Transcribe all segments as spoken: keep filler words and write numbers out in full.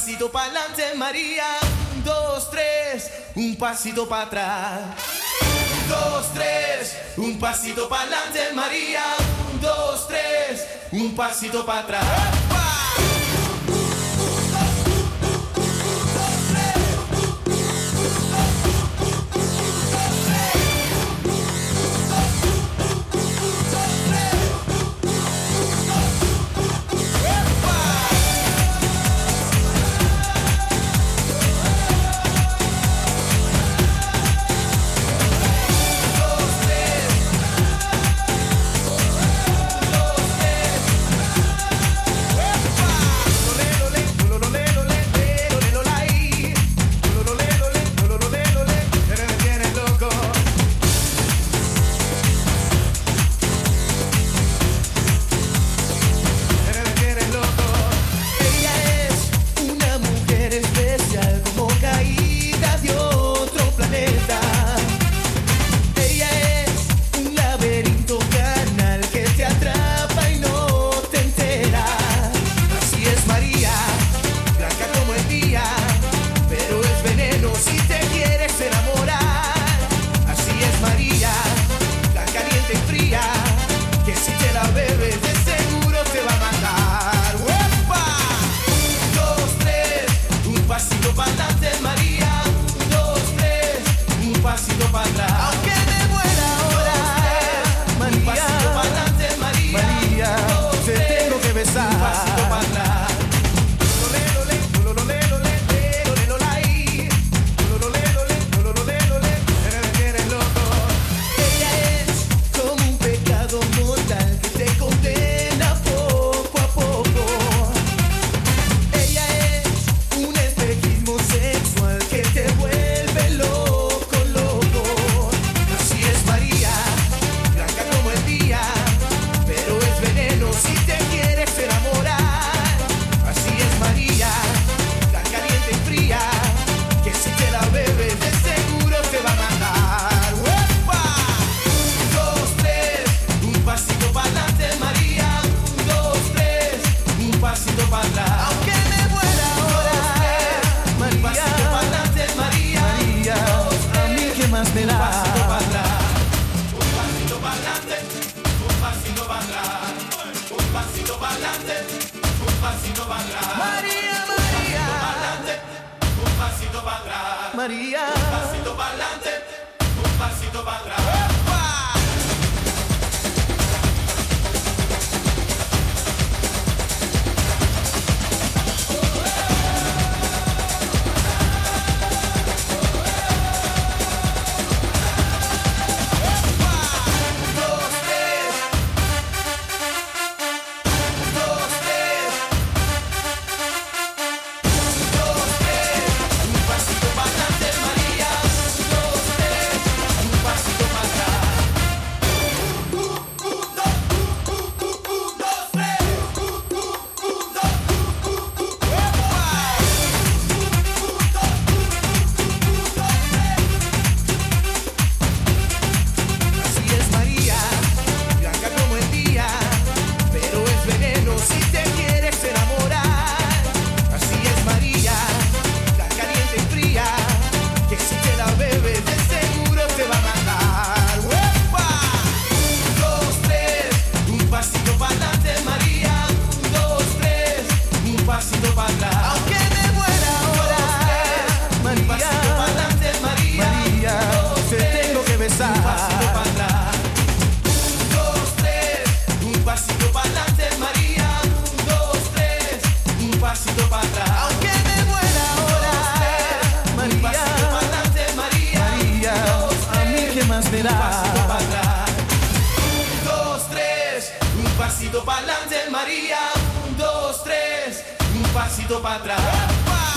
pasito para adelante, María. Un, dos, tres, un pasito para atrás. Un, dos, tres, un pasito para adelante, María. Un, dos, tres, un pasito para atrás. María. Un pasito para adelante, un pasito para atrás.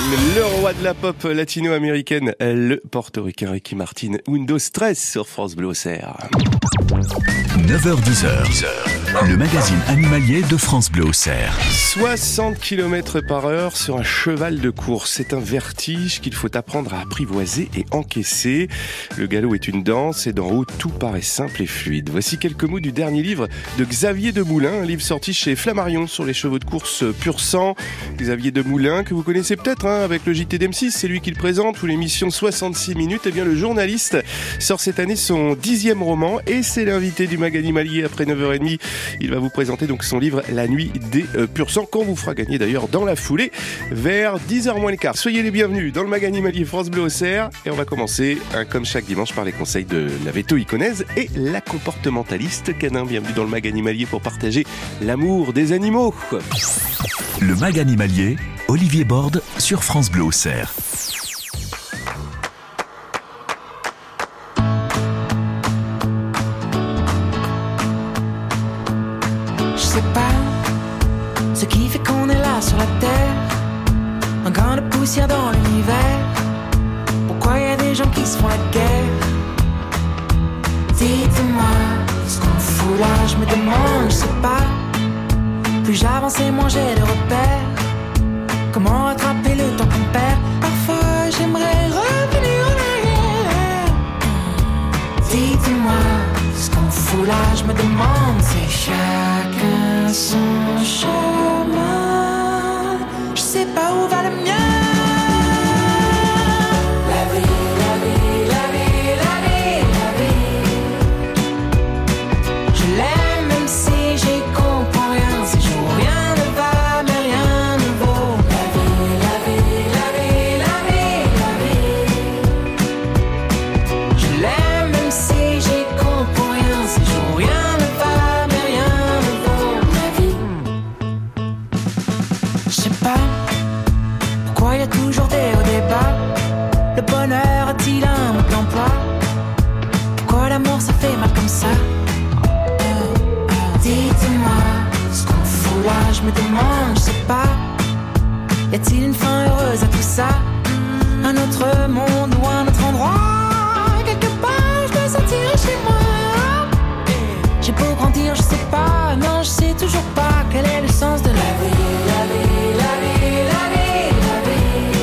Le roi de la pop latino-américaine, le portoricain Ricky Martin, Undo Stress sur France Bleu Auxerre. neuf heures dix, le magazine animalier de France Bleu Auxerre. soixante kilomètres par heure sur un cheval de course. C'est un vertige qu'il faut apprendre à apprivoiser et encaisser. Le galop est une danse et d'en haut, tout paraît simple et fluide. Voici quelques mots du dernier livre de Xavier Demoulin, un livre sorti chez Flammarion sur les chevaux de course pur sang. Xavier Demoulin, que vous connaissez peut-être hein, avec le J T d'M six, c'est lui qui le présente, ou l'émission soixante-six minutes. Eh bien, le journaliste sort cette année son dixième roman et c'est l'invité du Mag Animalier après neuf heures trente. Il va vous présenter donc son livre La nuit des euh, pur sang, qu'on vous fera gagner d'ailleurs dans la foulée vers dix heures moins le quart. Soyez les bienvenus dans le Mag Animalier France Bleu Auxerre et on va commencer hein, comme chaque dimanche par les conseils de la véto-iconaise et la comportementaliste canin. Bienvenue dans le Mag Animalier pour partager l'amour des animaux. Le Mag Animalier, Olivier Borde sur France Bleu Auxerre. Je sais pas ce qui fait qu'on est là sur la terre, un grain de poussière dans l'univers. Pourquoi y a des gens qui se font la guerre? Dites-moi ce qu'on fout là, je me demande, je sais pas. Plus j'avance et moins j'ai de repères. Comment rattraper le temps qu'on perd? Parfois j'aimerais revenir en arrière. Dites-moi ce qu'on fout là, je me demande. C'est chacun son chemin. Je sais pas où va le mien. La vie, la vie, la vie, la vie, la vie. Je l'aime même si j'y comprends rien. Ces jours rien ne va mais rien ne vaut. La vie, la vie, la vie, la vie, la vie. Je l'aime même si j'y comprends rien. Ces jours rien ne va mais rien ne vaut. La vie. Je sais pas pourquoi y a toujours des hauts débats. Le bonheur a-t-il un mode d'emploi? Pourquoi l'amour ça fait mal comme ça? Dites-moi ce qu'on fout là, je me demande, je sais pas. Y a-t-il une fin heureuse à tout ça? Un autre monde ou un autre endroit? Quelque part je me sentirai chez moi. J'ai beau grandir, je sais pas, non je sais toujours pas quel est le sens de la vie. La vie, la vie, la vie, la vie.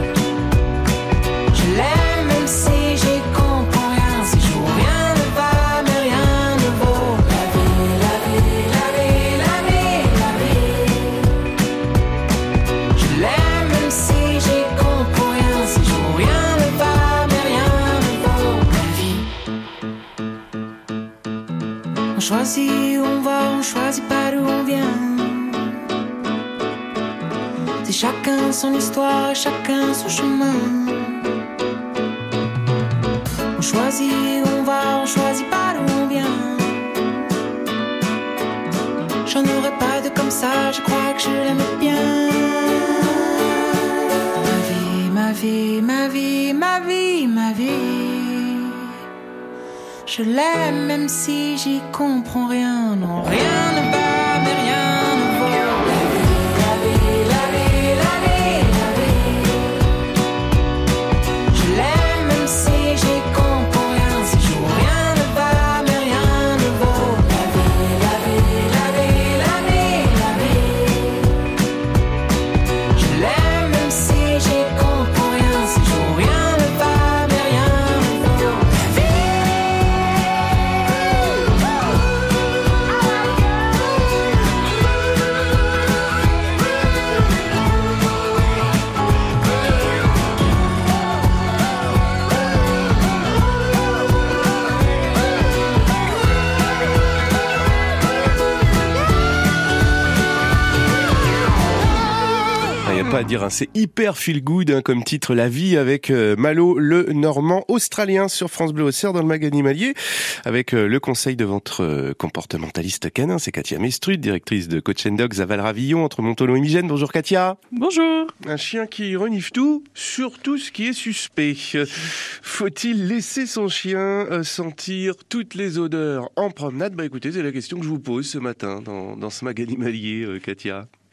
Je l'aime même si j'y comprends rien. Ces jours rien ne va mais rien ne vaut. La vie, la vie, la vie, la vie, la vie. Je l'aime même si j'y comprends rien. Ces jours rien ne va mais rien ne vaut. La vie. On choisit où on va, on choisit pas d'où on vient. C'est chacun son histoire, chacun son chemin. On choisit où on va, on choisit pas d'où on vient. J'en aurais pas de comme ça, je crois que je l'aime bien. Ma vie, ma vie, ma vie, ma vie, ma vie. Je l'aime même si j'y comprends rien. Non, rien ne va, mais rien ne vaut. La vie, la vie, la vie, la vie, la vie. Je l'aime même si j'y comprends rien. Ces jours rien ne va, mais rien ne vaut. La vie, la vie, la vie, la vie, la vie. Je l'aime même si j'y comprends rien. Ces jours rien ne va, mais rien ne vaut. La vie. Pas à dire, hein, c'est hyper feel good hein, comme titre La vie avec euh, Malo le Normand australien sur France Bleu Auxerre dans le Mag Animalier avec euh, le conseil de votre euh, comportementaliste canin, c'est Katia Mestrud, directrice de Coach and Dogs à Val-Ravillon entre Montauban et Migène. Bonjour Katia. Bonjour. Un chien qui renifle tout, surtout ce qui est suspect. Faut-il laisser son chien euh, sentir toutes les odeurs en promenade? Bah écoutez, c'est la question que je vous pose ce matin dans, dans ce Mag Animalier, euh, Katia.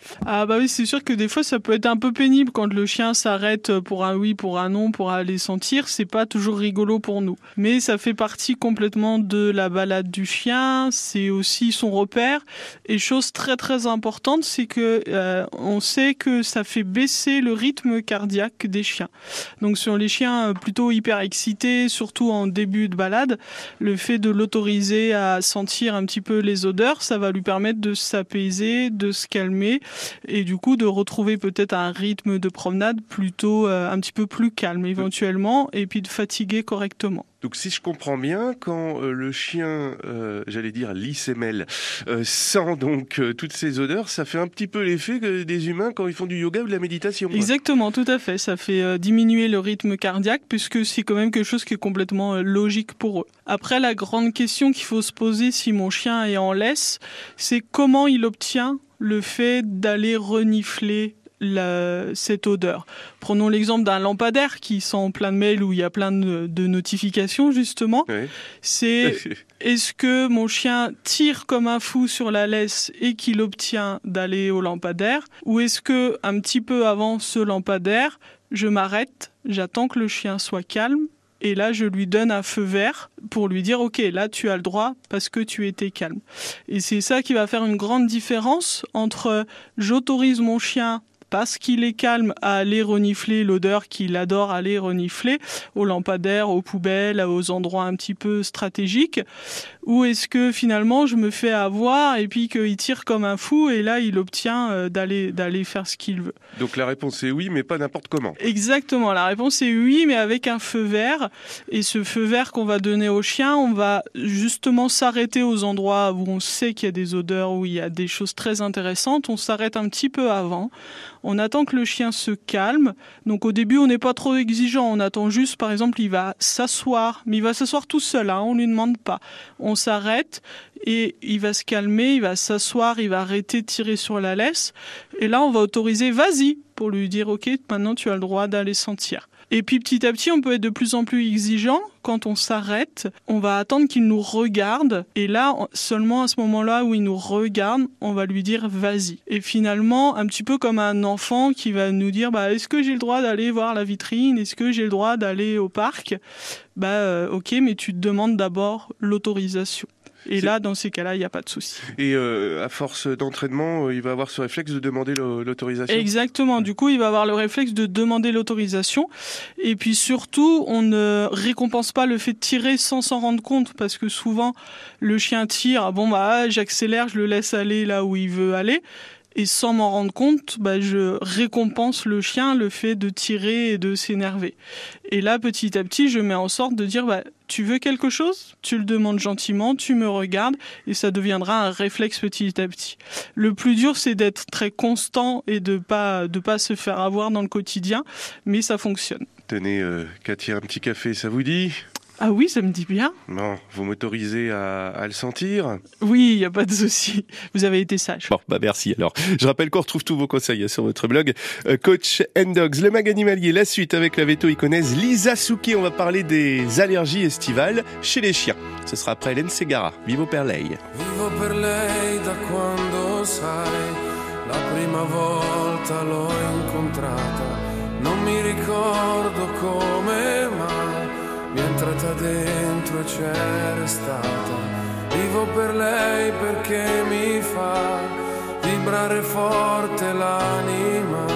Ah bah oui, c'est sûr que des fois ça peut être un peu pénible quand le chien s'arrête pour un oui, pour un non, pour aller sentir. C'est pas toujours rigolo pour nous. Mais ça fait partie complètement de la balade du chien. C'est aussi son repère. Et chose très très importante, c'est que euh, on sait que ça fait baisser le rythme cardiaque des chiens. Donc sur les chiens plutôt hyper excités, surtout en début de balade, le fait de l'autoriser à sentir un petit peu les odeurs, ça va lui permettre de s'apaiser, de se calmer et du coup de retrouver peut-être un rythme de promenade plutôt euh, un petit peu plus calme éventuellement et puis de fatiguer correctement. Donc si je comprends bien, quand euh, le chien, euh, j'allais dire lit semelle, euh, sent donc euh, toutes ces odeurs, ça fait un petit peu l'effet que des humains quand ils font du yoga ou de la méditation. Quoi. Exactement, tout à fait. Ça fait euh, diminuer le rythme cardiaque puisque c'est quand même quelque chose qui est complètement euh, logique pour eux. Après, la grande question qu'il faut se poser si mon chien est en laisse, c'est comment il obtient le fait d'aller renifler La, cette odeur. Prenons l'exemple d'un lampadaire qui sent plein de mails où il y a plein de, de notifications justement. Oui. C'est est-ce que mon chien tire comme un fou sur la laisse et qu'il obtient d'aller au lampadaire, ou est-ce que un petit peu avant ce lampadaire, je m'arrête, j'attends que le chien soit calme. Et là, je lui donne un feu vert pour lui dire « Ok, là, tu as le droit parce que tu étais calme. » Et c'est ça qui va faire une grande différence entre « J'autorise mon chien parce qu'il est calme à aller renifler l'odeur qu'il adore aller renifler aux lampadaires, aux poubelles, aux endroits un petit peu stratégiques, ou est-ce que finalement je me fais avoir et puis qu'il tire comme un fou et là il obtient d'aller, d'aller faire ce qu'il veut. » Donc la réponse est oui, mais pas n'importe comment. Exactement, la réponse est oui, mais avec un feu vert. Et ce feu vert qu'on va donner au chien, on va justement s'arrêter aux endroits où on sait qu'il y a des odeurs, où il y a des choses très intéressantes. On s'arrête un petit peu avant. On attend que le chien se calme. Donc au début, on n'est pas trop exigeant. On attend juste, par exemple, il va s'asseoir. Mais il va s'asseoir tout seul, hein, on ne lui demande pas. On s'arrête et il va se calmer, il va s'asseoir, il va arrêter de tirer sur la laisse. Et là, on va autoriser « vas-y » pour lui dire « ok, maintenant tu as le droit d'aller sentir ». Et puis petit à petit, on peut être de plus en plus exigeant. Quand on s'arrête, on va attendre qu'il nous regarde. Et là, seulement à ce moment-là où il nous regarde, on va lui dire « vas-y ». Et finalement, un petit peu comme un enfant qui va nous dire bah, « est-ce que j'ai le droit d'aller voir la vitrine ? Est-ce que j'ai le droit d'aller au parc ?» Bah euh, ok, mais tu te demandes d'abord l'autorisation. Et c'est... là, dans ces cas-là, il n'y a pas de souci. Et euh, à force d'entraînement, il va avoir ce réflexe de demander l'autorisation ? Exactement. Du coup, il va avoir le réflexe de demander l'autorisation. Et puis surtout, on ne récompense pas le fait de tirer sans s'en rendre compte. Parce que souvent, le chien tire. Bon, bah, j'accélère, je le laisse aller là où il veut aller. Et sans m'en rendre compte, bah, je récompense le chien le fait de tirer et de s'énerver. Et là, petit à petit, je mets en sorte de dire bah, « tu veux quelque chose ? Tu le demandes gentiment, tu me regardes » et ça deviendra un réflexe petit à petit. Le plus dur, c'est d'être très constant et de pas, de pas se faire avoir dans le quotidien, mais ça fonctionne. Tenez, euh, Cathy, un petit café, ça vous dit ? Ah oui, ça me dit bien. Bon, vous m'autorisez à, à le sentir ? Oui, il n'y a pas de souci. Vous avez été sage. Bon, bah merci alors. Je rappelle qu'on retrouve tous vos conseils sur votre blog euh, Coach and Dogs, le mag animalier. La suite avec la veto-iconaise Lisa Souquet. On va parler des allergies estivales chez les chiens. Ce sera après Hélène Ségara. Vivo per lei. Vivo per lei da quando sai la prima volta l'ho incontrata. Non mi ricordo come mai mi è entrata dentro e c'è restata. Vivo per lei perché mi fa vibrare forte l'anima.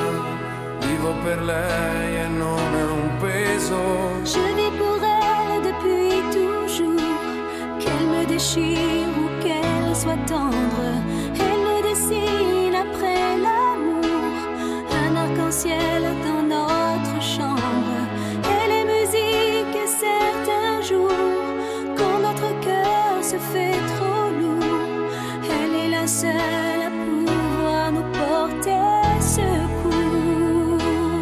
Vivo per lei e non è un peso. Je vis pour elle depuis toujours. Qu'elle me déchire ou qu'elle soit tendre, elle me dessine après l'amour un arc-en-ciel dans notre chambre. Certains jours, quand notre cœur se fait trop lourd, elle est la seule à pouvoir nous porter secours.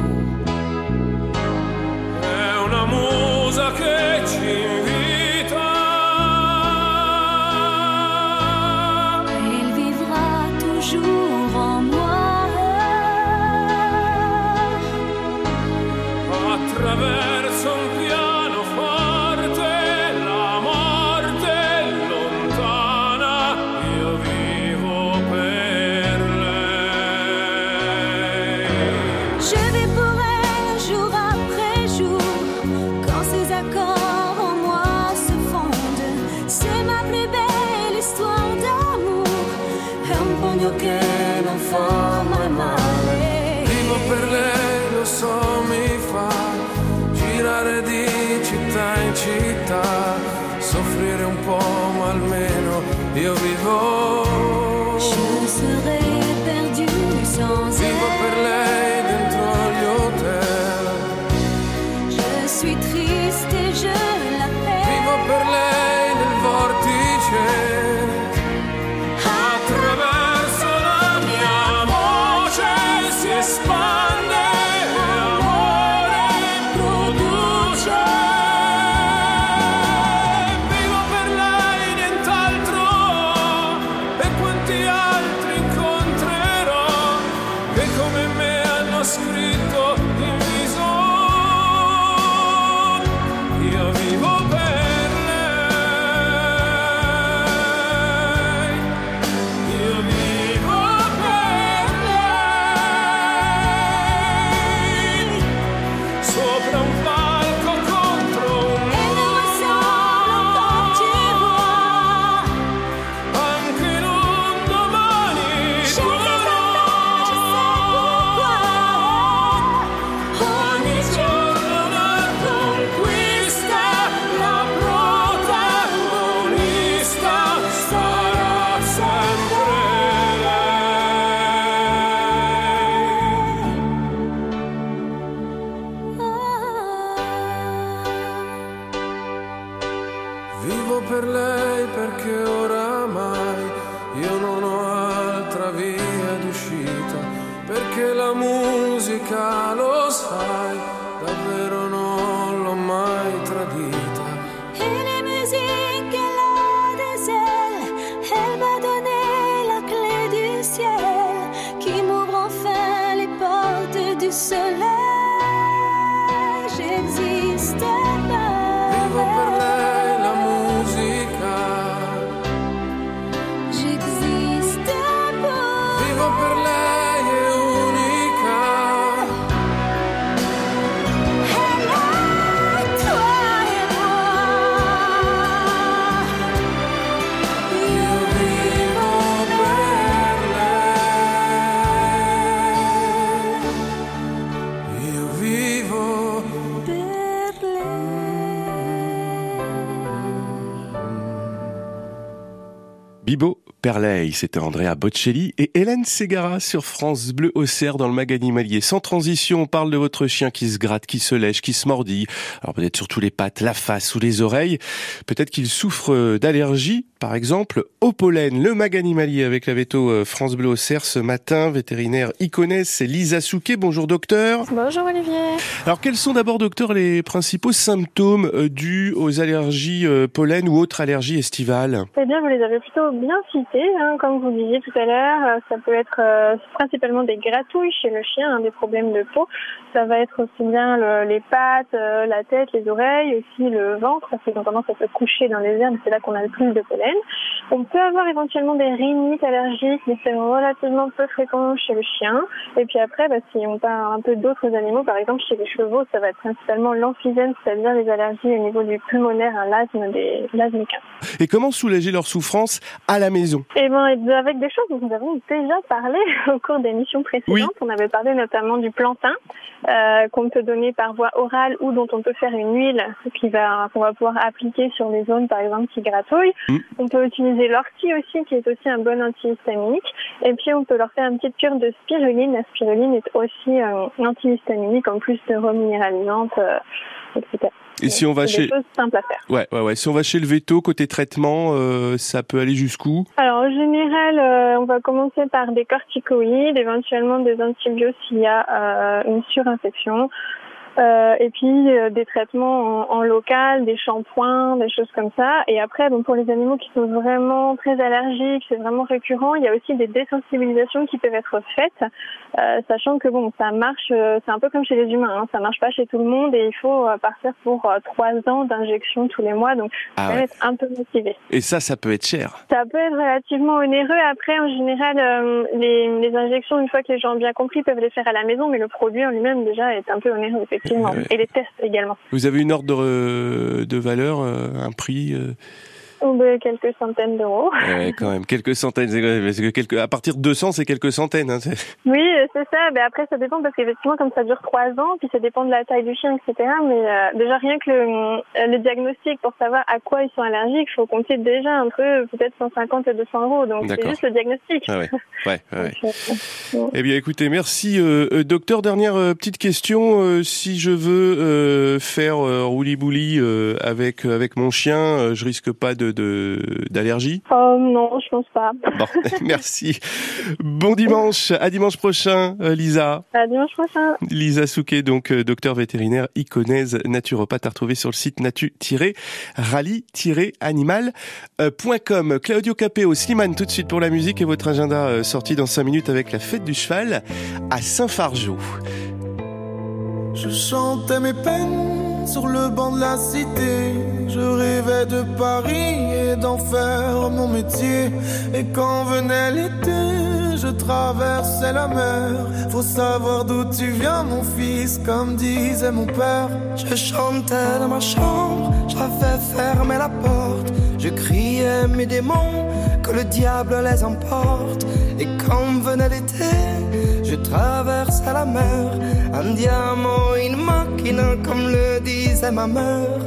È una musa che ci invita. Elle vivra toujours en moi. Attraverso un piano la morte lontana, io vivo per modo che non fa mai male. Vivo per lei, lo so, mi fa girare di città in città, soffrire un po' ma almeno io vivo. Je serais perdu sans elle. Vivo per lei dentro gli hotel. Je suis triste et je l'appelle. Vivo per lei nel vortice. Attraverso la mia voce si espande l'amore produce. Vivo per lei nient'altro. E quanti altri incontrerò che come me hanno scritto in viso. Io vivo per lei. Io vivo per lei. Sopra un palco contro un Elle me ressemble quand tu vois. anche in un domani. Je sais pourquoi, je sais pourquoi. Ogni giorno una conquista, la protagonista sarà sempre lei. Vivo per lei perché oramai io non ho altra via d'uscita, perché la musica, lo sai, davvero non l'ho mai tradita. Et les musiques, elle a des ailes. Elle m'a donné la clé du ciel qui m'ouvre enfin les portes du soleil. J'existe Vivo per par lei elle. la musica. J'existe pour Vivo per lei è unica. elle, toi et moi. Io vivo per lei. Io vivo. Per Bibo Perley, c'était Andrea Bocelli et Hélène Ségara sur France Bleu Auxerre dans le Mag animalier. Sans transition, on parle de votre chien qui se gratte, qui se lèche, qui se mordille. Alors peut-être surtout les pattes, la face ou les oreilles. Peut-être qu'il souffre d'allergie, par exemple, au pollen. Le Mag animalier avec la véto France Bleu Auxerre ce matin. Vétérinaire Iconès et Lisa Souquet. Bonjour docteur. Bonjour Olivier. Alors quels sont d'abord docteur les principaux symptômes euh, dus aux allergies euh, pollen ou autres allergies estivales? Eh bien, vous les avez plutôt bien cités, hein, comme vous disiez tout à l'heure. euh, Ça peut être euh, principalement des gratouilles chez le chien, hein, des problèmes de peau. Ça va être aussi bien le- les pattes, euh, la tête, les oreilles, aussi le ventre, parce qu'ils ont tendance à se coucher dans les herbes. C'est là qu'on a le plus de pollen. On peut avoir éventuellement des rhinites allergiques, mais c'est relativement peu fréquent chez le chien. Et puis après, bah, si on parle un peu d'autres animaux, par exemple chez les chevaux, ça va être principalement l'emphysème, c'est-à-dire les allergies au niveau du pulmonaire, hein, l'asthme des l'asthme équin. Et comment soulager leur souffrance à la maison? Et ben, avec des choses dont nous avons déjà parlé au cours des émissions précédentes. Oui. On avait parlé notamment du plantain, euh, qu'on peut donner par voie orale ou dont on peut faire une huile qui va, qu'on va pouvoir appliquer sur les zones, par exemple, qui gratouillent. Mm. On peut utiliser l'ortie aussi, qui est aussi un bon antihistaminique. Et puis, on peut leur faire une petite cure de spiruline. La spiruline est aussi euh, antihistaminique, en plus de reminéralisante, euh, et cetera. Et si on va C'est des chez... choses simples à faire. Ouais, ouais, ouais. Si on va chez le véto, côté traitement, euh, ça peut aller jusqu'où? Alors, en général, euh, on va commencer par des corticoïdes, éventuellement des antibiotiques s'il y a euh, une surinfection. Euh, et puis euh, des traitements en, en local, des shampoings, des choses comme ça. Et après, bon, pour les animaux qui sont vraiment très allergiques, c'est vraiment récurrent, il y a aussi des désensibilisations qui peuvent être faites, euh, sachant que bon, ça marche, euh, c'est un peu comme chez les humains, hein, ça marche pas chez tout le monde et il faut euh, partir pour euh, trois ans d'injection tous les mois, donc Ah faut ouais. être un peu motivé. Et ça, ça peut être cher. Ça peut être relativement onéreux. Après, en général, euh, les, les injections, une fois que les gens ont bien compris, peuvent les faire à la maison, mais le produit en lui-même déjà est un peu onéreux, effectivement. Ouais. Et les tests également. Vous avez une ordre de, de valeur, euh, un prix euh... Oh, ben, quelques centaines d'euros. Ouais, quand même, quelques centaines. Parce que quelques, à partir de deux cents, c'est quelques centaines. Hein, c'est... Oui, c'est ça. Ben après, ça dépend parce qu'effectivement, comme ça dure trois ans, puis ça dépend de la taille du chien, et cetera. Mais euh, déjà, rien que le, le diagnostic pour savoir à quoi ils sont allergiques, il faut compter déjà entre peut-être cent cinquante et deux cents euros. Donc, D'accord. c'est juste le diagnostic. Ah ouais, ouais, ouais. ouais. Euh, eh bien, écoutez, merci. Euh, docteur, dernière euh, petite question. Euh, si je veux euh, faire euh, rouli-bouli euh, avec, avec mon chien, euh, je risque pas de De, d'allergie ? Oh non, je pense pas. Bon, merci. Bon dimanche, à dimanche prochain, Lisa. À dimanche prochain. Lisa Souquet, donc docteur vétérinaire iconaise, naturopathe, à retrouver sur le site natu tiret rallye tiret animal point com. Claudio Capéo, Slimane tout de suite pour la musique et votre agenda sorti dans cinq minutes avec la fête du cheval à Saint-Fargeau. Je chantais mes peines sur le banc de la cité. Je rêvais de Paris et d'en faire mon métier. Et quand venait l'été, je traversais la mer. Faut savoir d'où tu viens, mon fils, comme disait mon père. Je chantais dans ma chambre, j'avais fermé la porte. Je criais mes démons, que le diable les emporte. Et quand venait l'été, je traversais la mer. Un diamant, une machina, comme le disait ma mère.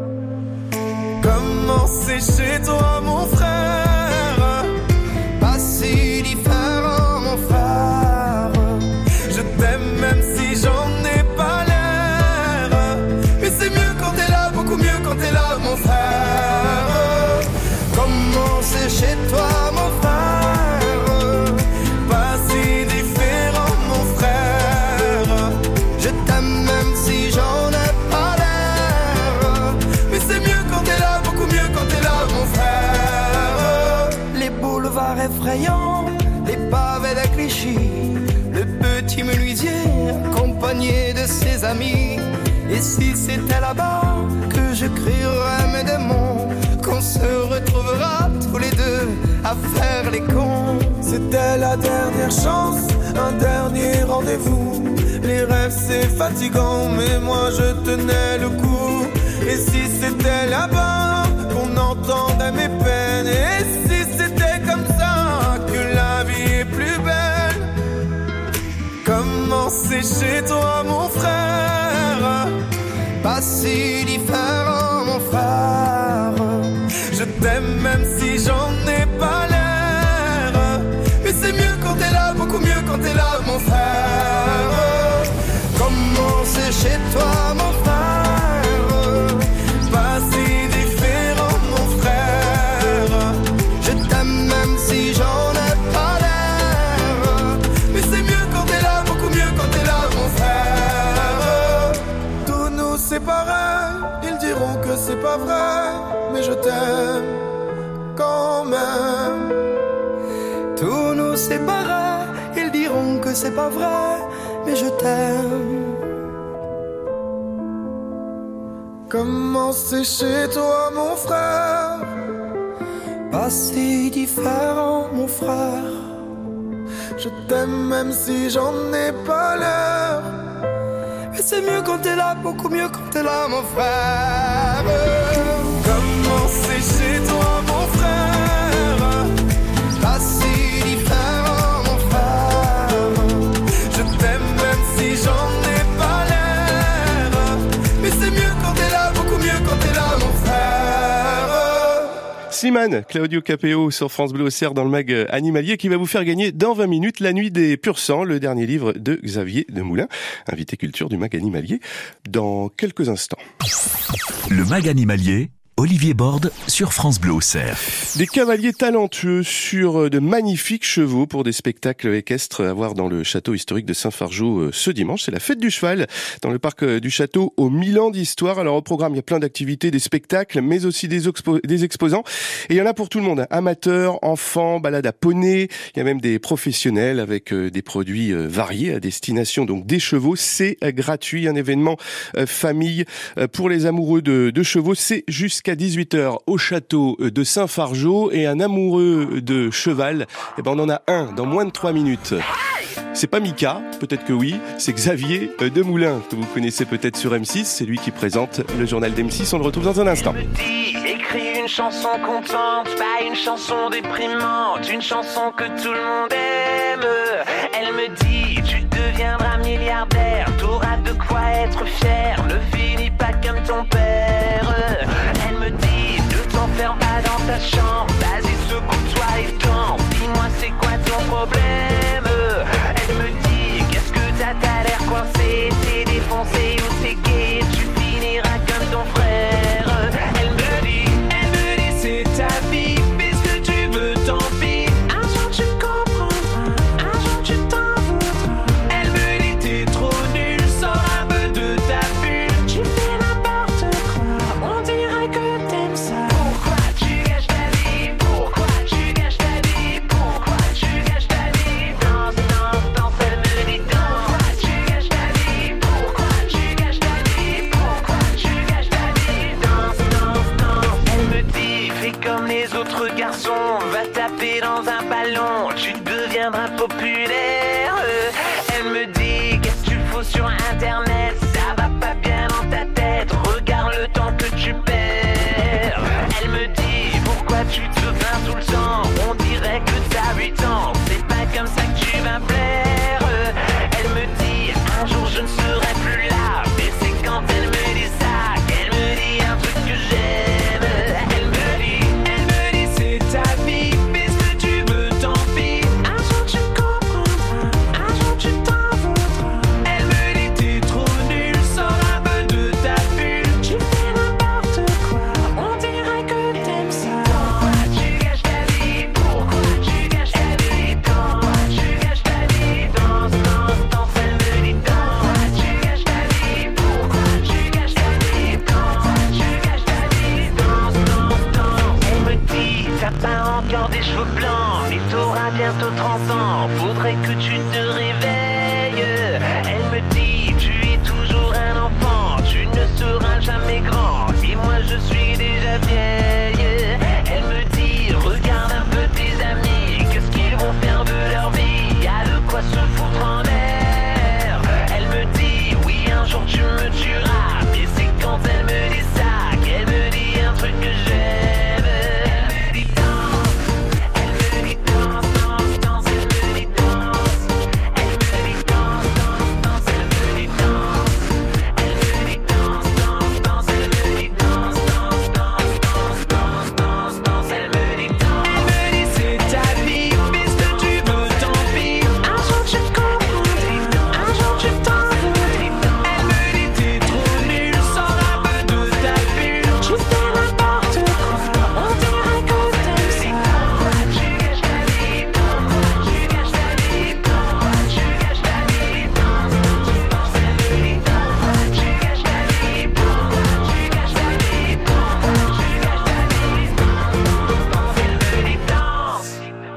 Comment c'est chez toi, mon frère? Pas si différent, mon frère. Je t'aime même si j'en ai pas l'air. Mais c'est mieux quand t'es là, beaucoup mieux quand t'es là, mon frère. Comment c'est chez toi, mon frère? Pas si différent, mon frère. Je t'aime même si j'en ai pas l'air. Mais c'est mieux quand t'es là, beaucoup mieux quand t'es là, mon frère. Les boulevards effrayants, les pavés de Clichy, le petit menuisier accompagné de ses amis. Et si c'était là-bas que je crierais mes démons, qu'on se retrouvera tous les deux à faire les cons. C'était la dernière chance, un dernier rendez-vous. Les rêves c'est fatigant, mais moi je tenais le coup. Et si c'était là-bas qu'on entendait mes peines, et si c'était comme ça que la vie est plus belle. Comment c'est chez toi, mon frère? Pas si différent, mon frère. Je t'aime même si j'en ai pas l'air. Mais c'est mieux quand t'es là, beaucoup mieux quand t'es là, mon frère. Comment c'est chez toi, mon frère? Pas si différent, mon frère. Je t'aime même si j'en ai pas l'air. Mais c'est mieux quand t'es là, beaucoup mieux quand t'es là, mon frère. Tous nous séparer, ils diront que c'est pas vrai, mais je t'aime quand même. Tous nous séparer, ils diront que c'est pas vrai, mais je t'aime. Comment c'est chez toi, mon frère? Pas si différent, mon frère. Je t'aime même si j'en ai pas l'air. Mais c'est mieux quand t'es là, beaucoup mieux quand t'es là, mon frère. Comment c'est chez toi, mon frère? Pas si différent, mon frère. Je t'aime même si j'en ai pas l'air. Mais c'est mieux quand t'es là, beaucoup mieux quand t'es là, mon frère. Slimane, Claudio Capéo sur France Bleu Auxerre dans le mag animalier qui va vous faire gagner dans vingt minutes La Nuit des Pur Sang, le dernier livre de Xavier Demoulin, invité culture du mag animalier, dans quelques instants. Le mag animalier, Olivier Borde sur France Bleu Auxerre. Des cavaliers talentueux sur de magnifiques chevaux pour des spectacles équestres à voir dans le château historique de Saint-Fargeau ce dimanche. C'est la fête du cheval dans le parc du château aux mille ans d'histoire. Alors au programme, il y a plein d'activités, des spectacles, mais aussi des, expo- des exposants. Et il y en a pour tout le monde. Amateurs, enfants, balades à poney. Il y a même des professionnels avec des produits variés à destination donc des chevaux. C'est gratuit, un événement famille pour les amoureux de, de chevaux. C'est jusqu'à dix-huit heures au château de Saint-Fargeau, et un amoureux de cheval, eh ben on en a un dans moins de trois minutes. C'est pas Mika, peut-être que oui, c'est Xavier Demoulin, que vous connaissez peut-être sur M six, c'est lui qui présente le journal d'M six, on le retrouve dans un instant. Petit, écrit une chanson contente, pas une chanson déprimante, une chanson que tout le monde aime. Elle me dit, tu deviendras milliardaire, t'auras de quoi être fier, ne finis pas comme ton père. Elle me dit, ne t'enferme pas dans ta chambre, vas-y secoue-toi et danse, dis-moi c'est quoi ton problème. Elle me dit, qu'est-ce que t'as, t'as l'air coincé, t'es défoncé ou t'es gay, tu finiras comme ton frère. Elle me dit, elle me dit c'est ta vie, fais ce que tu veux, tant pis. Un jour tu comprendras, un jour tu t'en voudras. Elle me dit t'es trop nul, sors un peu de ta bulle, tu fais n'importe quoi, on dirait que t'aimes ça. Pourquoi tu gâches ta vie, pourquoi tu gâches ta vie, pourquoi tu gâches ta vie. Danse, danse, danse, elle me dit danse. Pourquoi tu gâches ta vie, pourquoi tu gâches ta vie, pourquoi tu gâches ta vie. Danse, danse, danse. Elle me dit, fais comme les autres garçons, va taper dans un ballon, tu deviendras populaire. Elle me dit, qu'est-ce que tu fous sur internet, ça va pas bien dans ta tête, regarde le temps que tu perds. Elle me dit, pourquoi tu te plains tout le temps, on dirait que t'as huit ans, c'est pas comme ça que tu vas plaire. Elle me dit, un jour je ne serai plus là, mais c'est quand elle me dit ça qu'elle me dit un truc que j'aime. Elle me dit, elle me dit c'est ta vie, fais ce que tu veux, tant pis. Un jour tu comprendras, un jour tu t'en voudras. Elle me dit t'es trop nul, sors un peu de ta bulle, tu fais n'importe quoi, on dirait que t'aimes ça. Pourquoi tu gâches ta vie, pourquoi tu gâches ta vie, pourquoi tu gâches ta vie. Danse, danse, danse, elle me dit danse. Pourquoi tu gâches ta vie, pourquoi tu gâches ta vie, pourquoi tu gâches ta vie. Danse, danse, danse. Elle me dit, t'as pas encore des cheveux blancs, mais t'auras bientôt trente ans, faudrait que tu te réveilles. Elle me dit, tu es toujours un enfant, tu ne seras jamais grand, et moi je suis déjà vieille. Elle me dit, regarde un peu tes amis, qu'est-ce qu'ils vont faire de leur vie, y a de quoi se foutre en l'air. Elle me dit, oui un jour tu me tueras, mais c'est quand elle me dit ça qu'elle me dit un truc que j'aime. Elle me dit danse, elle me dit danse, danse, danse, elle me dit danse. Elle me dit danse, danse, danse, elle me dit danse. Elle me dit danse, danse, danse, elle me dit danse, danse, danse, danse, danse, danse, danse, elle me dit danse. Elle me dit c'est ta vie, fais ce que tu veux, tant pis. Un jour tu comprendras, un jour tu t'en voudras. Elle me dit t'es trop nul, sors un peu de ta bulle, tu fais n'importe quoi, on dirait que t'aimes ça. Pourquoi tu gâches ta vie, pourquoi tu gâches ta vie, pourquoi tu gâches ta vie. Danse, danse, danse, elle me dit danse. Pourquoi tu gâches ta vie, pourquoi tu gâches ta vie, pourquoi tu gâches ta vie. Danse, danse, elle me dit danse.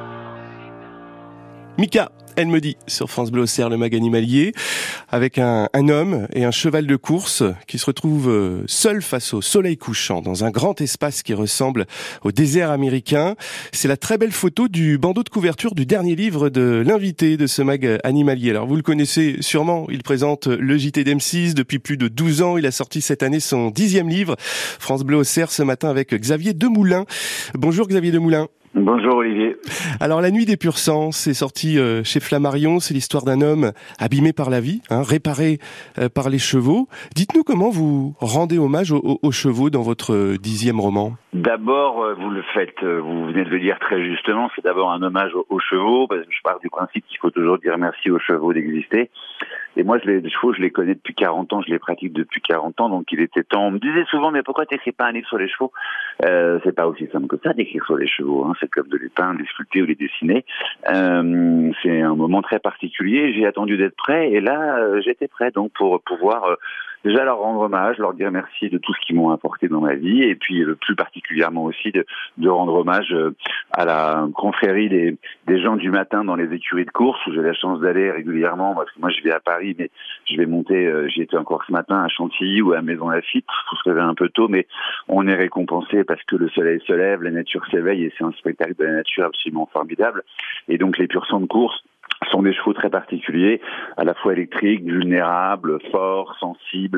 Mika, elle me dit, sur France Bleu Auxerre, le mag animalier, avec un, un homme et un cheval de course qui se retrouvent euh, seuls face au soleil couchant dans un grand espace qui ressemble au désert américain. C'est la très belle photo du bandeau de couverture du dernier livre de l'invité de ce mag animalier. Alors vous le connaissez sûrement, il présente le J T d'M six depuis plus de douze ans. Il a sorti cette année son dixième livre, France Bleu Auxerre, ce matin avec Xavier Demoulin. Bonjour Xavier Demoulin. Bonjour Olivier. Alors La Nuit des Purs Sangs, c'est sorti euh, chez Flammarion, c'est l'histoire d'un homme abîmé par la vie, hein, réparé euh, par les chevaux. Dites-nous comment vous rendez hommage aux, aux, aux chevaux dans votre euh, dixième roman. D'abord, euh, vous le faites, euh, vous venez de le dire très justement, c'est d'abord un hommage aux, aux chevaux, parce que je pars du principe qu'il faut toujours dire merci aux chevaux d'exister. Et moi, je les, les chevaux, je les connais depuis quarante ans, je les pratique depuis quarante ans, donc il était temps. On me disait souvent, mais pourquoi t'écris pas un livre sur les chevaux? euh, C'est pas aussi simple que ça d'écrire sur les chevaux, hein. C'est comme de les peindre, les sculpter ou les dessiner. Euh, c'est un moment très particulier, j'ai attendu d'être prêt, et là, euh, j'étais prêt, donc pour pouvoir... Euh, déjà leur rendre hommage, leur dire merci de tout ce qu'ils m'ont apporté dans ma vie, et puis euh, plus particulièrement aussi de, de rendre hommage euh, à la confrérie des, des gens du matin dans les écuries de course, où j'ai la chance d'aller régulièrement, parce que moi je vais à Paris, mais je vais monter, euh, j'y étais encore ce matin à Chantilly ou à Maison Lafitte, il faut se réveiller un peu tôt, mais on est récompensé parce que le soleil se lève, la nature s'éveille, et c'est un spectacle de la nature absolument formidable, et donc les purs sangs de course sont des chevaux très particuliers, à la fois électriques, vulnérables, forts, sensibles,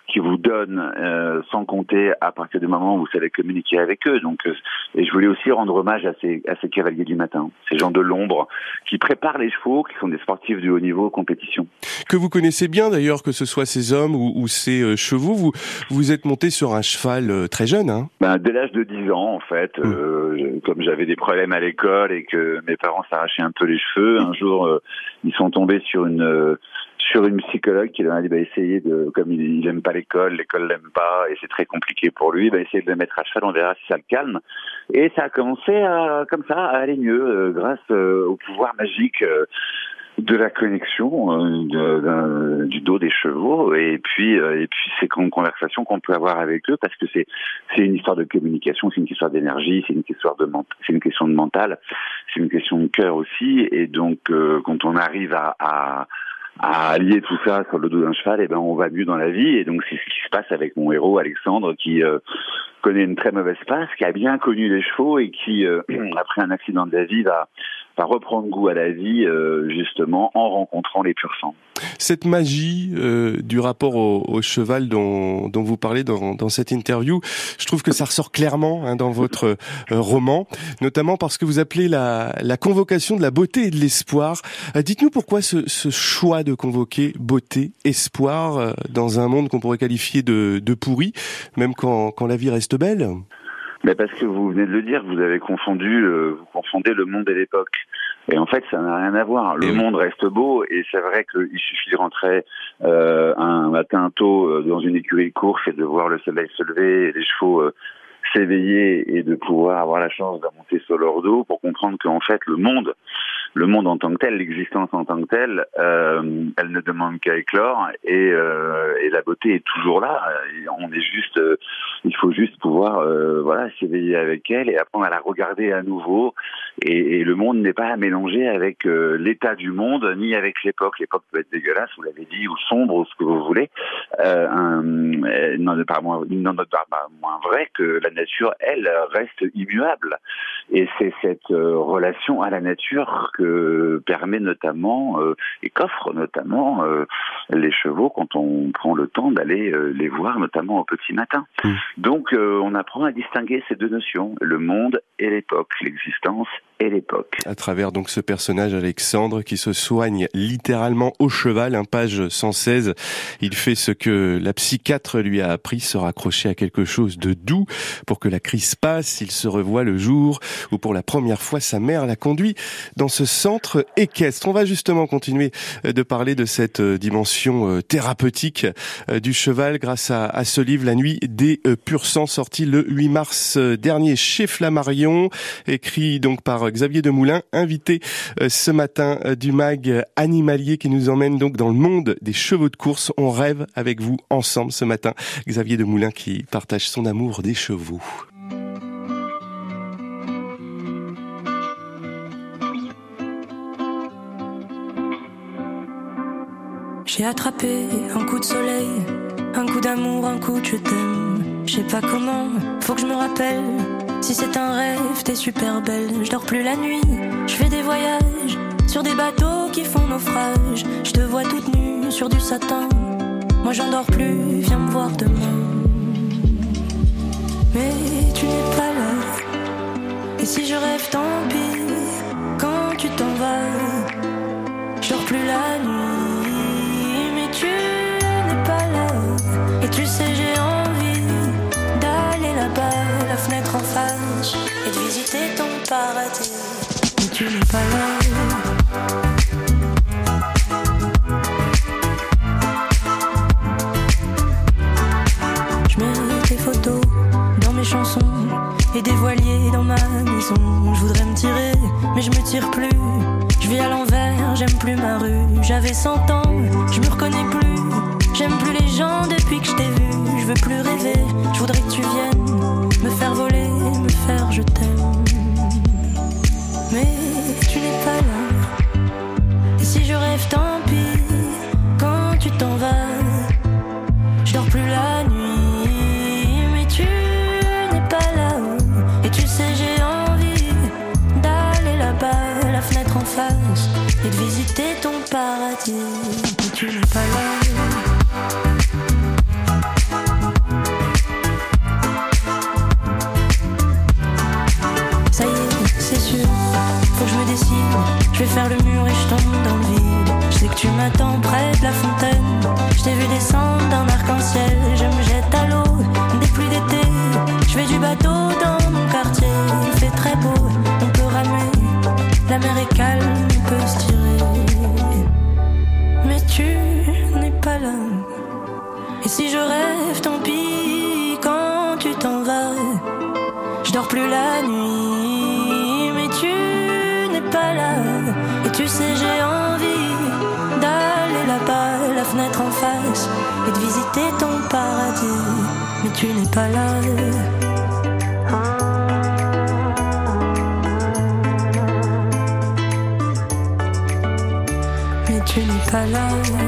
qui vous donnent euh, sans compter à partir du moment où vous savez communiquer avec eux. Donc, euh, et je voulais aussi rendre hommage à ces, à ces cavaliers du matin, ces gens de l'ombre qui préparent les chevaux, qui sont des sportifs de haut niveau compétition. Que vous connaissez bien d'ailleurs, que ce soit ces hommes ou, ou ces euh, chevaux. Vous vous êtes monté sur un cheval euh, très jeune, hein? Ben, dès l'âge de dix ans, en fait, mmh. euh, comme j'avais des problèmes à l'école et que mes parents s'arrachaient un peu les cheveux, un jour, euh, ils sont tombés sur une euh, sur une psychologue qui leur a dit bah, essayez de, comme il, il aime pas l'école, l'école l'aime pas et c'est très compliqué pour lui, bah, essayez de le mettre à cheval, on verra si ça le calme. Et ça a commencé à, comme ça à aller mieux euh, grâce euh, au pouvoir magique euh, de la connexion euh, de, de, du dos des chevaux et puis euh, et puis ces conversations qu'on peut avoir avec eux parce que c'est c'est une histoire de communication, c'est une histoire d'énergie, c'est une histoire de c'est une question de mental, c'est une question de cœur aussi et donc euh, quand on arrive à, à à allier tout ça sur le dos d'un cheval, et ben on va mieux dans la vie et donc c'est ce qui se passe avec mon héros Alexandre qui euh, connaît une très mauvaise passe, qui a bien connu les chevaux et qui euh, après un accident de la vie va va reprendre goût à la vie euh, justement en rencontrant les purs sang. Cette magie euh, du rapport au, au cheval dont, dont vous parlez dans, dans cette interview, je trouve que ça ressort clairement hein, dans votre euh, roman, notamment parce que vous appelez la, la convocation de la beauté et de l'espoir. Euh, dites-nous pourquoi ce, ce choix de convoquer beauté, espoir euh, dans un monde qu'on pourrait qualifier de, de pourri, même quand, quand la vie reste belle. Mais parce que vous venez de le dire, vous avez confondu, euh, vous confondez le monde et l'époque. Et en fait, ça n'a rien à voir. Le monde reste beau, et c'est vrai qu'il suffit de rentrer euh, un matin tôt euh, dans une écurie de course et de voir le soleil se lever, et les chevaux euh, s'éveiller, et de pouvoir avoir la chance de monter sur leur dos pour comprendre qu'en fait, le monde, le monde en tant que tel, l'existence en tant que telle, euh, elle ne demande qu'à éclore, et, euh, et la beauté est toujours là. Et on est juste, euh, il faut juste pouvoir, euh, voilà, s'éveiller avec elle et apprendre à la regarder à nouveau. Et, et le monde n'est pas à mélanger avec euh, l'état du monde ni avec l'époque. L'époque peut être dégueulasse, vous l'avez dit, ou sombre, ou ce que vous voulez. Euh, un, il n'en est pas moins, il n'en est pas moins vrai que la nature, elle, reste immuable. Et c'est cette euh, relation à la nature que permet notamment euh, et qu'offrent notamment euh, les chevaux quand on prend le temps d'aller euh, les voir, notamment au petit matin. Mmh. Donc euh, on apprend à distinguer ces deux notions, le monde et l'époque, l'existence et l'époque. À travers donc ce personnage Alexandre qui se soigne littéralement au cheval, hein, page cent seize, il fait ce que la psychiatre lui a appris, se raccrocher à quelque chose de doux pour que la crise passe. Il se revoit le jour où pour la première fois sa mère l'a conduit dans ce centre équestre. On va justement continuer de parler de cette dimension thérapeutique du cheval grâce à, à ce livre La Nuit des purs sang, sorti le huit mars dernier chez Flammarion, écrit donc par Xavier Demoulin, invité ce matin du mag Animalier qui nous emmène donc dans le monde des chevaux de course. On rêve avec vous ensemble ce matin. Xavier Demoulin qui partage son amour des chevaux. J'ai attrapé un coup de soleil, un coup d'amour, un coup de je t'aime. Je sais pas comment, faut que je me rappelle. Si c'est un rêve, t'es super belle. Je dors plus la nuit, je fais des voyages sur des bateaux qui font naufrage. Je te vois toute nue sur du satin. Moi j'en dors plus, viens me voir demain. Mais tu n'es pas là. Et si je rêve, tant pis. Quand tu t'en vas, je dors plus la nuit. Mais tu n'es pas là. Et tu sais j'ai envie d'aller là-bas, la fenêtre en face, et de visiter ton paradis. Mais tu n'es pas là. Je mets des photos dans mes chansons et des voiliers dans ma maison. Je voudrais me tirer, mais je me tire plus. Je vis à l'envers, j'aime plus ma rue. J'avais cent ans, je me reconnais plus. J'aime plus les gens depuis que je t'ai vu. Je veux plus rêver, je voudrais que tu viennes me faire voler, me faire je t'aime. Mais tu n'es pas là. Et si je rêve, tant pis. Quand tu t'en vas, je dors plus la nuit. Mais tu n'es pas là. Et tu sais j'ai envie d'aller là-bas, la fenêtre en face, et de visiter ton paradis. Mais tu n'es pas là. facile. Je vais faire le mur et je tombe dans le vide. Je sais que tu m'attends près de la fontaine. Je t'ai vu descendre d'un arc-en-ciel. Je me jette à l'eau dès plus d'été. Je fais du bateau dans mon quartier. Il fait très beau, on peut ramer. La mer est calme, on peut se tirer. Mais tu n'es pas là. Et si je rêve, tant pis, quand tu t'en vas. Je dors plus la nuit, mais tu n'es pas là. Et tu sais, j'ai envie d'aller là-bas, la fenêtre en face, et de visiter ton paradis. Mais tu n'es pas là. Mais tu n'es pas là.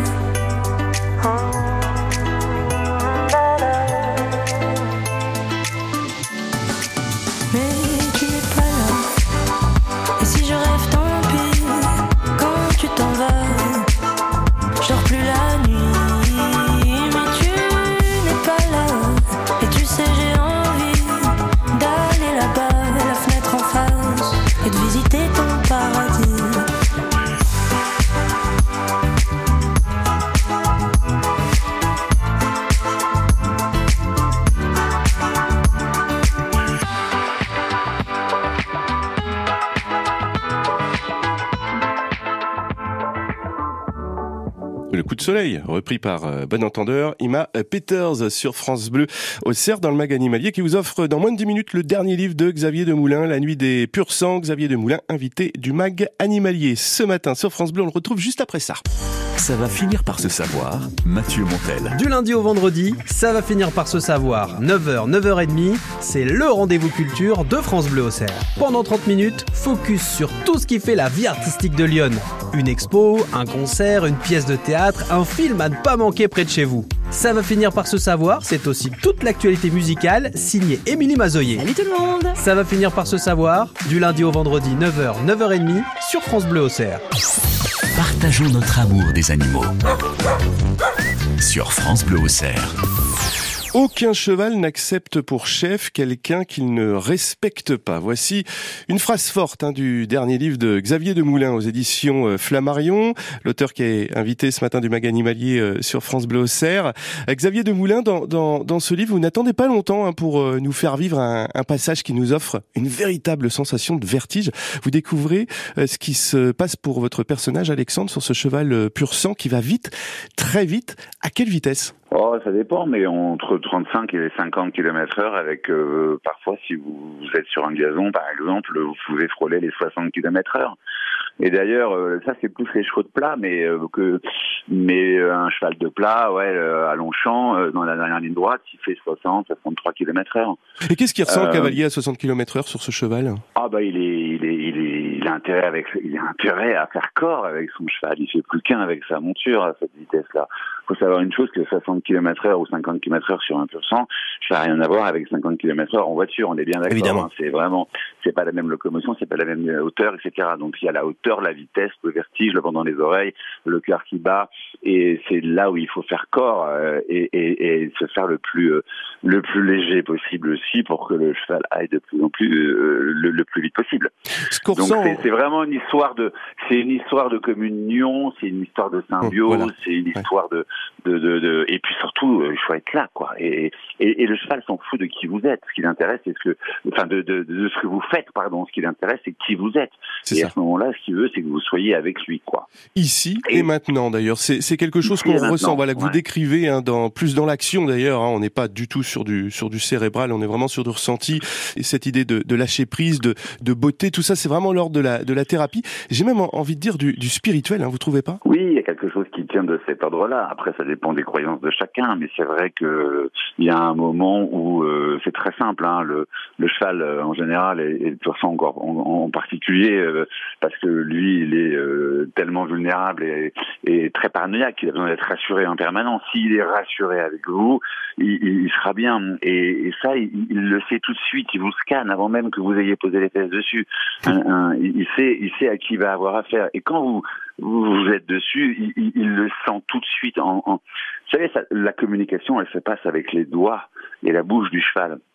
Le coup de soleil, repris par euh, bon entendeur, Ima Peters sur France Bleu Auxerre dans le Mag Animalier qui vous offre dans moins de dix minutes le dernier livre de Xavier Demoulin, La nuit des purs sangs. Xavier Demoulin, invité du Mag Animalier. Ce matin sur France Bleu, on le retrouve juste après ça. Ça va finir par se savoir, Mathieu Montel. Du lundi au vendredi, ça va finir par se savoir. neuf heures, neuf heures trente, c'est le rendez-vous culture de France Bleu Auxerre. Pendant trente minutes, focus sur tout ce qui fait la vie artistique de Lyon. Une expo, un concert, une pièce de théâtre, un film à ne pas manquer près de chez vous. Ça va finir par se savoir, c'est aussi toute l'actualité musicale signée Émilie Mazoyer. Salut tout le monde. Ça va finir par se savoir, du lundi au vendredi, neuf heures, neuf heures trente, sur France Bleu Auxerre. Partageons notre amour des animaux. Sur France Bleu Auxerre. Aucun cheval n'accepte pour chef quelqu'un qu'il ne respecte pas. Voici une phrase forte hein, du dernier livre de Xavier Demoulin aux éditions Flammarion, l'auteur qui est invité ce matin du Mag Animalier euh, sur France Bleu Auxerre. Euh, Xavier Demoulin, dans, dans, dans ce livre, vous n'attendez pas longtemps hein, pour euh, nous faire vivre un, un passage qui nous offre une véritable sensation de vertige. Vous découvrez euh, ce qui se passe pour votre personnage Alexandre sur ce cheval euh, pur sang qui va vite, très vite. À quelle vitesse ? Oh, ça dépend, mais entre trente-cinq et cinquante kilomètres heure avec, euh, parfois, si vous, vous êtes sur un gazon, par exemple, vous pouvez frôler les soixante kilomètres heure. Et d'ailleurs, euh, ça, c'est plus les chevaux de plat, mais euh, que, mais euh, un cheval de plat, ouais, euh, à Longchamp, euh, dans la dernière ligne droite, il fait soixante, soixante-trois kilomètres heure. Et qu'est-ce qui ressent euh, le cavalier à soixante kilomètres heure sur ce cheval ? Ah, bah, il est, il est, il est, il a intérêt avec, il a intérêt à faire corps avec son cheval. Il fait plus qu'un avec sa monture à cette vitesse-là. Faut savoir une chose, que soixante kilomètres heure ou cinquante kilomètres heure sur un pur sang, ça n'a rien à voir avec cinquante kilomètres heure en voiture, on est bien d'accord. Évidemment. Hein, c'est vraiment, c'est pas la même locomotion, c'est pas la même hauteur, et cetera. Donc il y a la hauteur, la vitesse, le vertige, le vent dans les oreilles, le cœur qui bat, et c'est là où il faut faire corps euh, et, et, et se faire le plus, euh, le plus léger possible aussi pour que le cheval aille de plus en plus euh, le, le plus vite possible. Donc c'est, c'est vraiment une histoire de, c'est une histoire de communion, c'est une histoire de symbiose, voilà. C'est une histoire ouais. de De, de, de, et puis surtout, il faut être là, quoi. Et, et, et le cheval s'en fout de qui vous êtes. Ce qui l'intéresse, c'est ce que, enfin, de, de, de ce que vous faites, pardon. Ce qui l'intéresse, c'est qui vous êtes. C'est et ça. À ce moment-là, ce qu'il veut, c'est que vous soyez avec lui, quoi. Ici et, et maintenant, d'ailleurs, c'est, c'est quelque chose qu'on ressent, voilà, que ouais. vous décrivez, hein, dans plus dans l'action, d'ailleurs. Hein, on n'est pas du tout sur du sur du cérébral, on est vraiment sur du ressenti. Et cette idée de, de lâcher prise, de, de beauté, tout ça, c'est vraiment l'ordre de la de la thérapie. J'ai même envie de dire du, du spirituel. Hein, vous trouvez pas ? Oui, il y a quelque chose qui tient de cet ordre-là. Après, ça dépend des croyances de chacun, mais c'est vrai que il y a un moment où euh, c'est très simple. Hein, le, le cheval euh, en général et, et le pur sang encore en, en particulier, euh, parce que lui, il est euh, tellement vulnérable et, et très paranoïaque qu'il a besoin d'être rassuré en permanence. S'il est rassuré avec vous, il, il sera bien. Et, et ça, il, il le sait tout de suite. Il vous scanne avant même que vous ayez posé les fesses dessus. Un, un, il sait, il sait à qui il va avoir affaire. Et quand vous vous êtes dessus, il, il le sent tout de suite. En, en... Vous savez, ça, la communication, elle se passe avec les doigts et la bouche du cheval.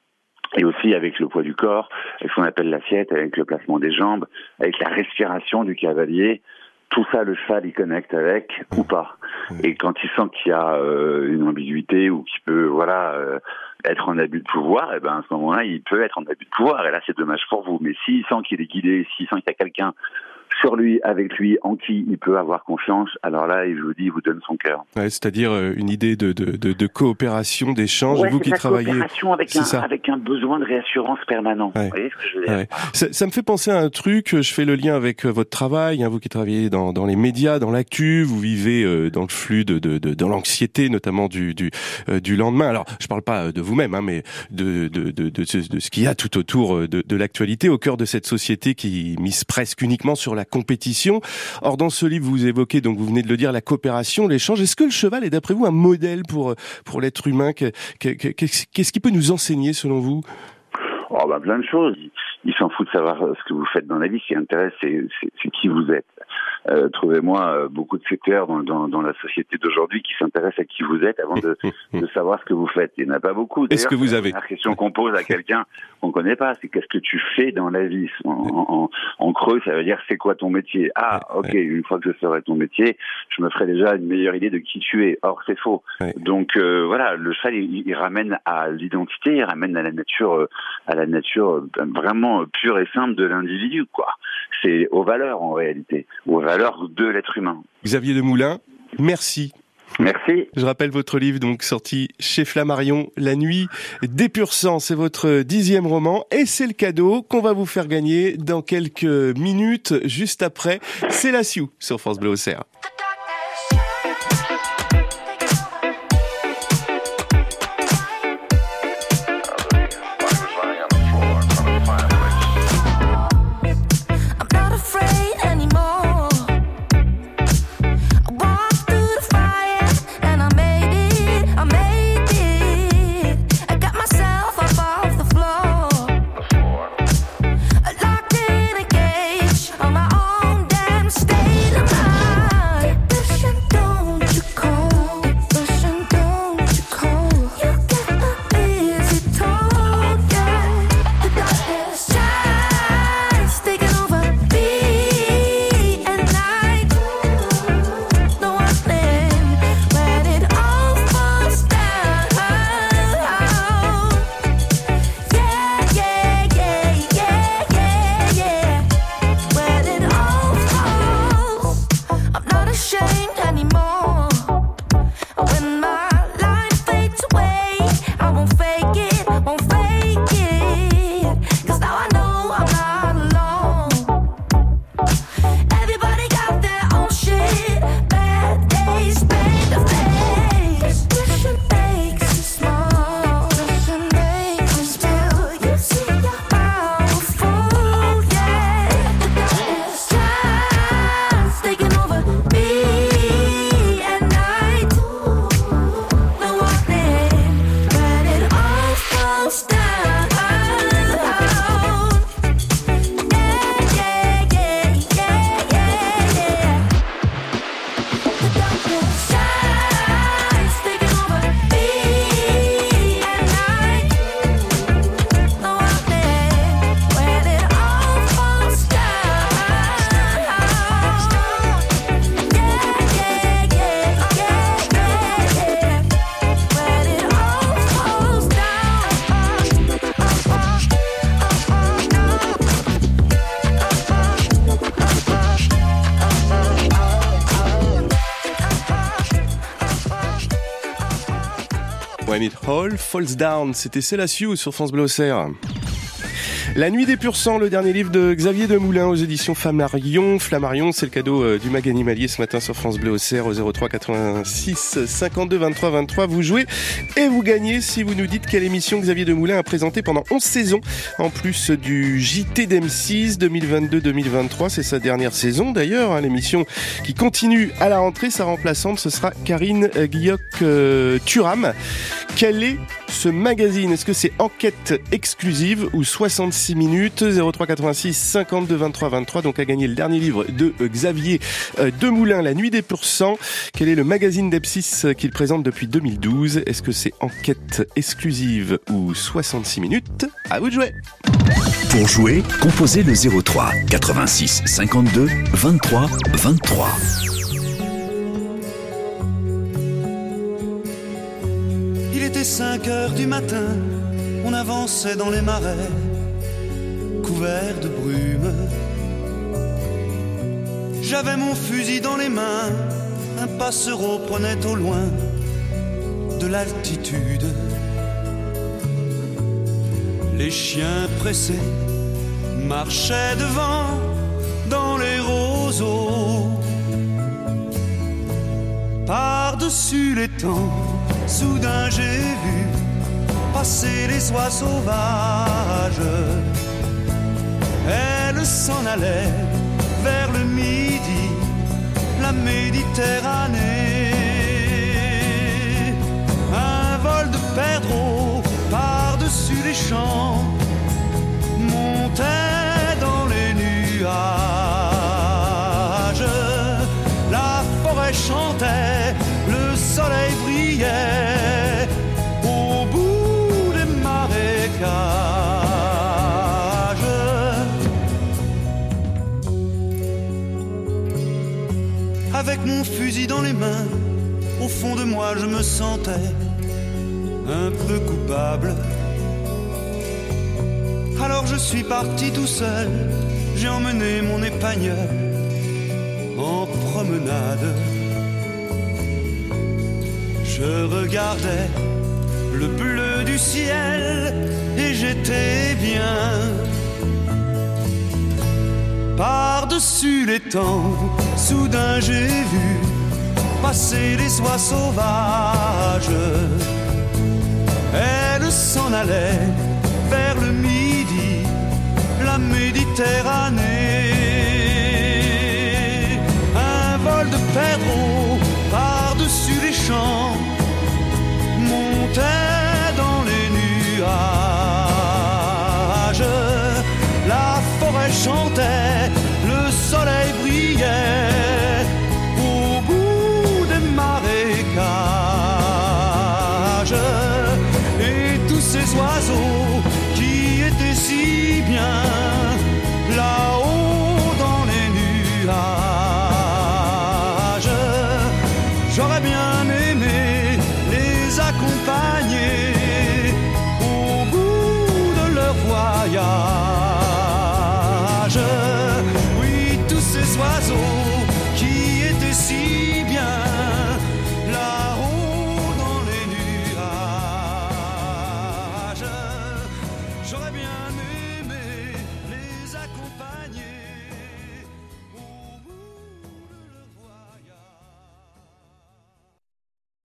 Et aussi avec le poids du corps, avec ce qu'on appelle l'assiette, avec le placement des jambes, avec la respiration du cavalier. Tout ça, le cheval, il connecte avec ou pas. Et quand il sent qu'il y a euh, une ambiguïté ou qu'il peut, voilà, euh, être en abus de pouvoir, et ben à ce moment-là, il peut être en abus de pouvoir. Et là, c'est dommage pour vous. Mais s'il sent qu'il est guidé, s'il sent qu'il y a quelqu'un sur lui, avec lui, en qui il peut avoir confiance, alors là, je vous dis, il vous donne son cœur. Ouais, c'est-à-dire une idée de, de, de, de coopération, d'échange. Ouais, vous qui travaillez. Coopération avec un, avec un besoin de réassurance permanent. Ouais. Vous voyez ce que je veux dire? Ouais. Ça, ça me fait penser à un truc. Je fais le lien avec votre travail. Hein, vous qui travaillez dans, dans les médias, dans l'actu, vous vivez euh, dans le flux de, de, de, de l'anxiété, notamment du, du, euh, du lendemain. Alors, je parle pas de vous-même, hein, mais de, de, de, de, de, de ce qu'il y a tout autour de, de l'actualité, au cœur de cette société qui mise presque uniquement sur la compétition. Or, dans ce livre, vous évoquez, donc vous venez de le dire, la coopération, l'échange. Est-ce que le cheval est, d'après vous, un modèle pour pour l'être humain? Qu'est-ce qu'il peut nous enseigner, selon vous? Oh, bah, plein de choses. Il s'en fout de savoir ce que vous faites dans la vie. Ce qui intéresse, c'est, c'est, c'est qui vous êtes. Euh, trouvez-moi euh, beaucoup de secteurs dans, dans, dans la société d'aujourd'hui qui s'intéressent à qui vous êtes avant de, de savoir ce que vous faites. Il n'y en a pas beaucoup. D'ailleurs, est-ce que vous avez? La question qu'on pose à quelqu'un qu'on ne connaît pas, c'est qu'est-ce que tu fais dans la vie? En, en, en creux, ça veut dire c'est quoi ton métier? Ah, ok, une fois que je saurai ton métier, je me ferai déjà une meilleure idée de qui tu es. Or, c'est faux. Ouais. Donc euh, voilà, le cheval, il, il ramène à l'identité, il ramène à la nature, euh, à la nature vraiment pure et simple de l'individu, quoi. C'est aux valeurs en réalité, aux valeurs de l'être humain. Xavier Demoulin, merci. Merci. Je rappelle votre livre, donc sorti chez Flammarion, La Nuit des Pur Sang. C'est votre dixième roman et c'est le cadeau qu'on va vous faire gagner dans quelques minutes, juste après. C'est la Sioux sur France Bleu Auxerre. When It All Falls Down, c'était C'est la Sioux sur France Bleu Auxerre. La Nuit des Pur Sang, le dernier livre de Xavier Demoulin aux éditions Flammarion. Flammarion, c'est le cadeau euh, du Mag Animalier ce matin sur France Bleu Auxerre au zéro trois quatre-vingt-six cinquante-deux vingt-trois vingt-trois. Vous jouez et vous gagnez si vous nous dites quelle émission Xavier Demoulin a présentée pendant onze saisons. En plus du J T d'M six deux mille vingt-deux deux mille vingt-trois, c'est sa dernière saison d'ailleurs. Hein, l'émission qui continue à la rentrée. Sa remplaçante, ce sera Karine Guilloc-Turam. Quel est ce magazine? Est-ce que c'est Enquête exclusive ou soixante-six soixante-six minutes. zéro trois quatre-vingt-six cinquante-deux vingt-trois vingt-trois. Donc à gagner le dernier livre de Xavier Demoulin, La Nuit des Pur Sang. Quel est le magazine d'Epsis qu'il présente depuis deux mille douze? Est-ce que c'est enquête exclusive ou soixante-six minutes? À vous de jouer. Pour jouer, composez le zéro trois quatre-vingt-six cinquante-deux vingt-trois vingt-trois. Il était cinq heures du matin, on avançait dans les marais, couverts de brume. J'avais mon fusil dans les mains, un passereau prenait au loin de l'altitude. Les chiens pressés marchaient devant dans les roseaux. Par-dessus les temps, soudain j'ai vu passer les oies sauvages. Elles s'en allaient vers le midi, la Méditerranée. Un vol de perdreaux par-dessus les champs montait dans les nuages. La forêt chantait, le soleil brillait au bout des marécages. Avec mon fusil dans les mains, au fond de moi je me sentais un peu coupable. Alors je suis parti tout seul, j'ai emmené mon épagneul en promenade. Je regardais le bleu du ciel et j'étais bien. Par-dessus les temps, soudain j'ai vu passer les oies sauvages. Elles s'en allaient vers le midi, la Méditerranée. Un vol de perdreaux par-dessus les champs